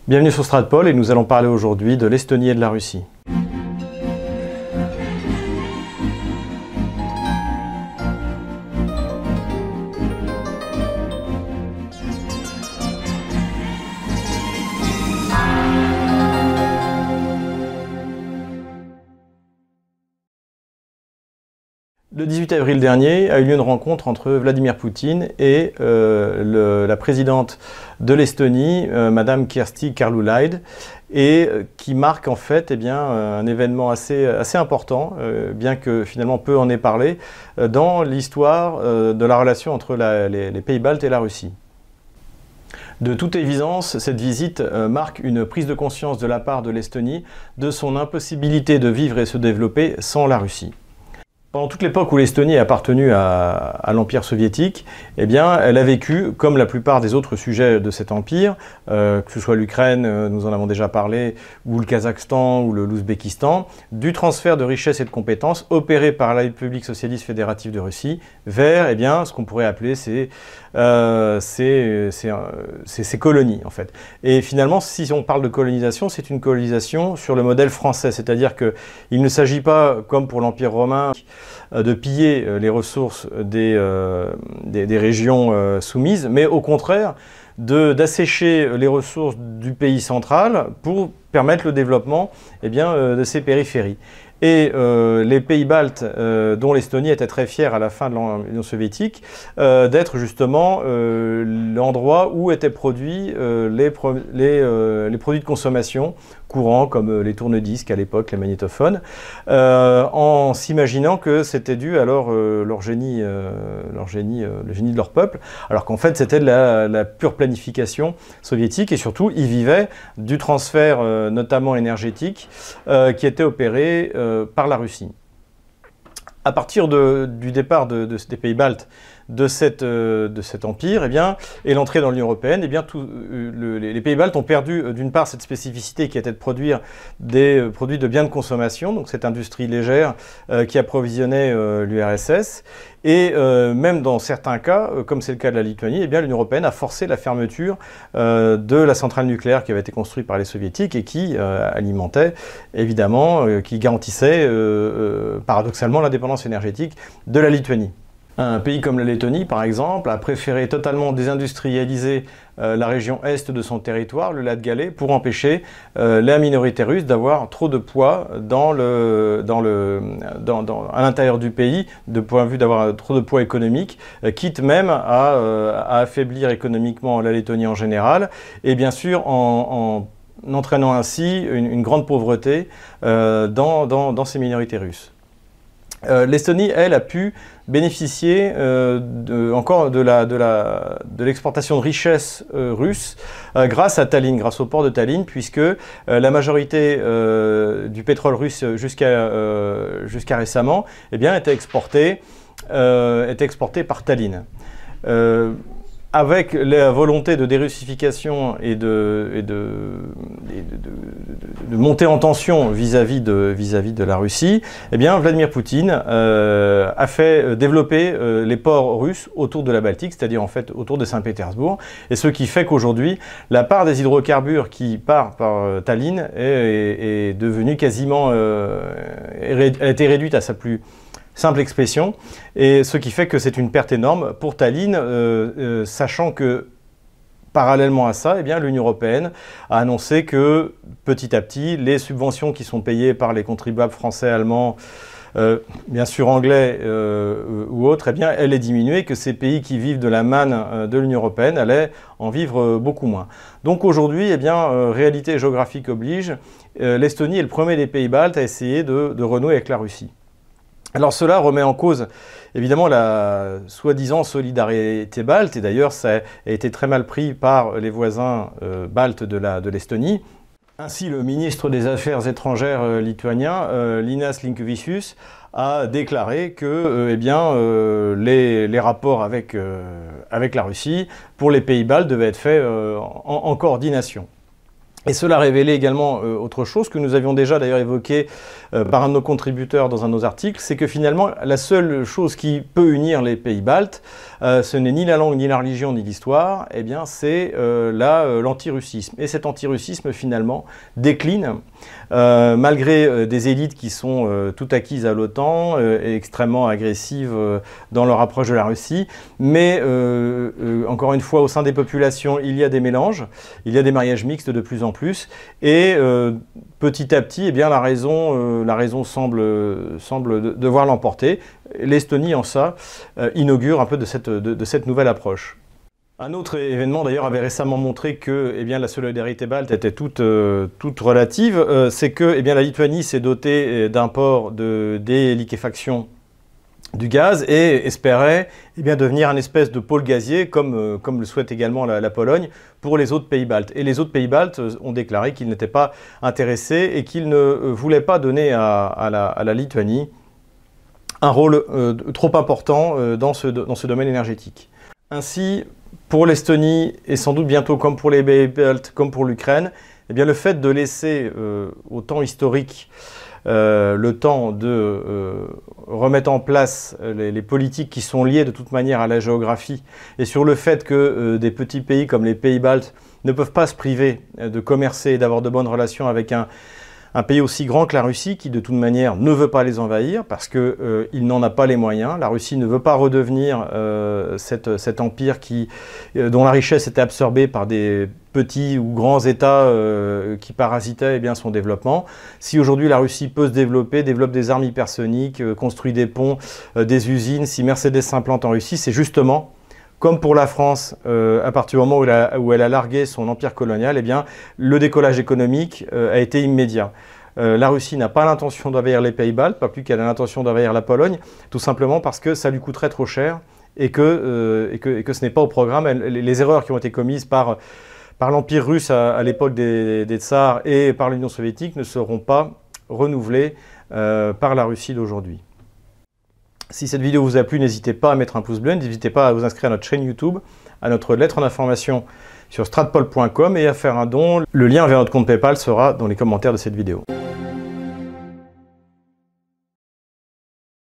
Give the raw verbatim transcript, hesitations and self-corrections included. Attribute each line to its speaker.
Speaker 1: Bienvenue sur Stratpol et nous allons parler aujourd'hui de l'Estonie et de la Russie. Le dix-huit avril dernier a eu lieu une rencontre entre Vladimir Poutine et euh, le, la présidente de l'Estonie, euh, Madame Kersti Kaljulaid, et euh, qui marque en fait eh bien, un événement assez, assez important, euh, bien que finalement peu en ait parlé, euh, dans l'histoire euh, de la relation entre la, les, les pays baltes et la Russie. De toute évidence, cette visite euh, marque une prise de conscience de la part de l'Estonie de son impossibilité de vivre et se développer sans la Russie. Pendant toute l'époque où l'Estonie a appartenu à, à l'Empire soviétique, eh bien, elle a vécu, comme la plupart des autres sujets de cet empire, euh, que ce soit l'Ukraine, euh, nous en avons déjà parlé, ou le Kazakhstan, ou l'Ouzbékistan, du transfert de richesses et de compétences opéré par la République socialiste fédérative de Russie vers eh bien, ce qu'on pourrait appeler ces, euh, ces, ces, euh, ces, ces colonies, en fait. Et finalement, si on parle de colonisation, c'est une colonisation sur le modèle français, c'est-à-dire qu'il ne s'agit pas, comme pour l'Empire romain, de piller les ressources des, euh, des, des régions euh, soumises, mais au contraire d'assécher les ressources du pays central pour permettre le développement eh bien, euh, de ces périphéries. Et euh, les pays baltes, euh, dont l'Estonie était très fière à la fin de l'Union soviétique, euh, d'être justement euh, l'endroit où étaient produits euh, les, pro les, euh, les produits de consommation courants, comme euh, les tourne-disques à l'époque, les magnétophones, euh, en s'imaginant que c'était dû à leur, euh, leur génie, euh, leur génie euh, le génie de leur peuple, alors qu'en fait c'était de la, la pure planification soviétique, et surtout ils vivaient du transfert euh, notamment énergétique euh, qui était opéré euh, par la Russie. À partir de, du départ de, de, des pays baltes de, cette, euh, de cet empire eh bien, et l'entrée dans l'Union européenne, eh bien, tout, euh, le, les, les pays baltes ont perdu euh, d'une part cette spécificité qui était de produire des euh, produits de biens de consommation, donc cette industrie légère euh, qui approvisionnait euh, l'U R S S, et euh, même dans certains cas, euh, comme c'est le cas de la Lituanie, eh bien, l'Union européenne a forcé la fermeture euh, de la centrale nucléaire qui avait été construite par les soviétiques et qui euh, alimentait évidemment, euh, qui garantissait euh, euh, paradoxalement l'indépendance énergétique de la Lituanie. Un pays comme la Lettonie, par exemple, a préféré totalement désindustrialiser euh, la région est de son territoire, le Latgalais, pour empêcher euh, la minorité russe d'avoir trop de poids dans le, dans le, dans, dans, à l'intérieur du pays, de point de vue d'avoir trop de poids économique, euh, quitte même à, euh, à affaiblir économiquement la Lettonie en général, et bien sûr en, en entraînant ainsi une, une grande pauvreté euh, dans, dans, dans ces minorités russes. Euh, L'Estonie, elle, a pu bénéficier euh, de, encore de l'exportation de, de, de richesses euh, russes euh, grâce à Tallinn, grâce au port de Tallinn, puisque euh, la majorité euh, du pétrole russe jusqu'à euh, jusqu'à récemment eh bien, était, exporté, euh, était exporté par Tallinn. Euh, Avec la volonté de dérussification et de, et de, et de, de, de montée en tension vis-à-vis de, vis-à-vis de la Russie, eh bien, Vladimir Poutine euh, a fait développer euh, les ports russes autour de la Baltique, c'est-à-dire en fait autour de Saint-Pétersbourg, et ce qui fait qu'aujourd'hui, la part des hydrocarbures qui part par euh, Tallinn est, est, est devenue quasiment, euh, a été réduite à sa plus simple expression, et ce qui fait que c'est une perte énorme pour Tallinn, euh, euh, sachant que parallèlement à ça, eh bien, l'Union européenne a annoncé que petit à petit, les subventions qui sont payées par les contribuables français, allemands, euh, bien sûr anglais euh, ou autres, eh bien, elle est diminuée, que ces pays qui vivent de la manne euh, de l'Union européenne allaient en vivre euh, beaucoup moins. Donc aujourd'hui, eh bien, euh, réalité géographique oblige, euh, l'Estonie est le premier des pays baltes à essayer de, de renouer avec la Russie. Alors cela remet en cause évidemment la soi-disant solidarité balte, et d'ailleurs ça a été très mal pris par les voisins euh, baltes de l'Estonie. Ainsi, le ministre des Affaires étrangères euh, lituanien, euh, Linas Linkevicius, a déclaré que euh, eh bien, euh, les, les rapports avec, euh, avec la Russie pour les pays baltes devaient être faits euh, en, en coordination. Et cela révélait également euh, autre chose que nous avions déjà d'ailleurs évoqué euh, par un de nos contributeurs dans un de nos articles, c'est que finalement la seule chose qui peut unir les pays baltes, euh, ce n'est ni la langue, ni la religion, ni l'histoire, eh bien c'est euh, euh, l'antirussisme. Et cet antirussisme finalement décline euh, malgré euh, des élites qui sont euh, tout acquises à l'OTAN euh, et extrêmement agressives euh, dans leur approche de la Russie. Mais euh, euh, encore une fois, au sein des populations, il y a des mélanges, il y a des mariages mixtes de plus en plus. Et euh, petit à petit, eh bien, la raison, euh, la raison semble, semble de, devoir l'emporter. L'Estonie, en ça, euh, inaugure un peu de cette, de, de cette nouvelle approche. Un autre événement d'ailleurs avait récemment montré que eh bien, la solidarité balte était toute, euh, toute relative. Euh, c'est que eh bien, la Lituanie s'est dotée d'un port de déliquéfaction du gaz et espérait eh bien, devenir un espèce de pôle gazier comme, euh, comme le souhaite également la, la Pologne pour les autres pays baltes. Et les autres pays baltes ont déclaré qu'ils n'étaient pas intéressés et qu'ils ne euh, voulaient pas donner à, à, la, à la Lituanie un rôle euh, trop important euh, dans, ce, dans ce domaine énergétique. Ainsi, pour l'Estonie et sans doute bientôt comme pour les pays baltes, comme pour l'Ukraine, eh bien, le fait de laisser euh, au temps historique Euh, le temps de euh, remettre en place les, les politiques qui sont liées de toute manière à la géographie et sur le fait que euh, des petits pays comme les pays baltes ne peuvent pas se priver de commercer et d'avoir de bonnes relations avec un, un pays aussi grand que la Russie qui de toute manière ne veut pas les envahir parce qu'il euh, n'en a pas les moyens. La Russie ne veut pas redevenir euh, cette, cet empire qui, euh, dont la richesse était absorbée par des petits ou grands États euh, qui parasitaient eh bien, son développement. Si aujourd'hui la Russie peut se développer, développe des armes hypersoniques, euh, construit des ponts, euh, des usines, si Mercedes s'implante en Russie, c'est justement comme pour la France, euh, à partir du moment où elle, a, où elle a largué son empire colonial, eh bien, le décollage économique euh, a été immédiat. Euh, la Russie n'a pas l'intention d'envahir les pays baltes, pas plus qu'elle a l'intention d'envahir la Pologne, tout simplement parce que ça lui coûterait trop cher et que, euh, et que, et que ce n'est pas au programme. Elle, les, les erreurs qui ont été commises par par l'Empire russe à, à l'époque des, des tsars et par l'Union soviétique ne seront pas renouvelées euh, par la Russie d'aujourd'hui. Si cette vidéo vous a plu, n'hésitez pas à mettre un pouce bleu, n'hésitez pas à vous inscrire à notre chaîne YouTube, à notre lettre d'information sur stratpol point com et à faire un don. Le lien vers notre compte PayPal sera dans les commentaires de cette vidéo.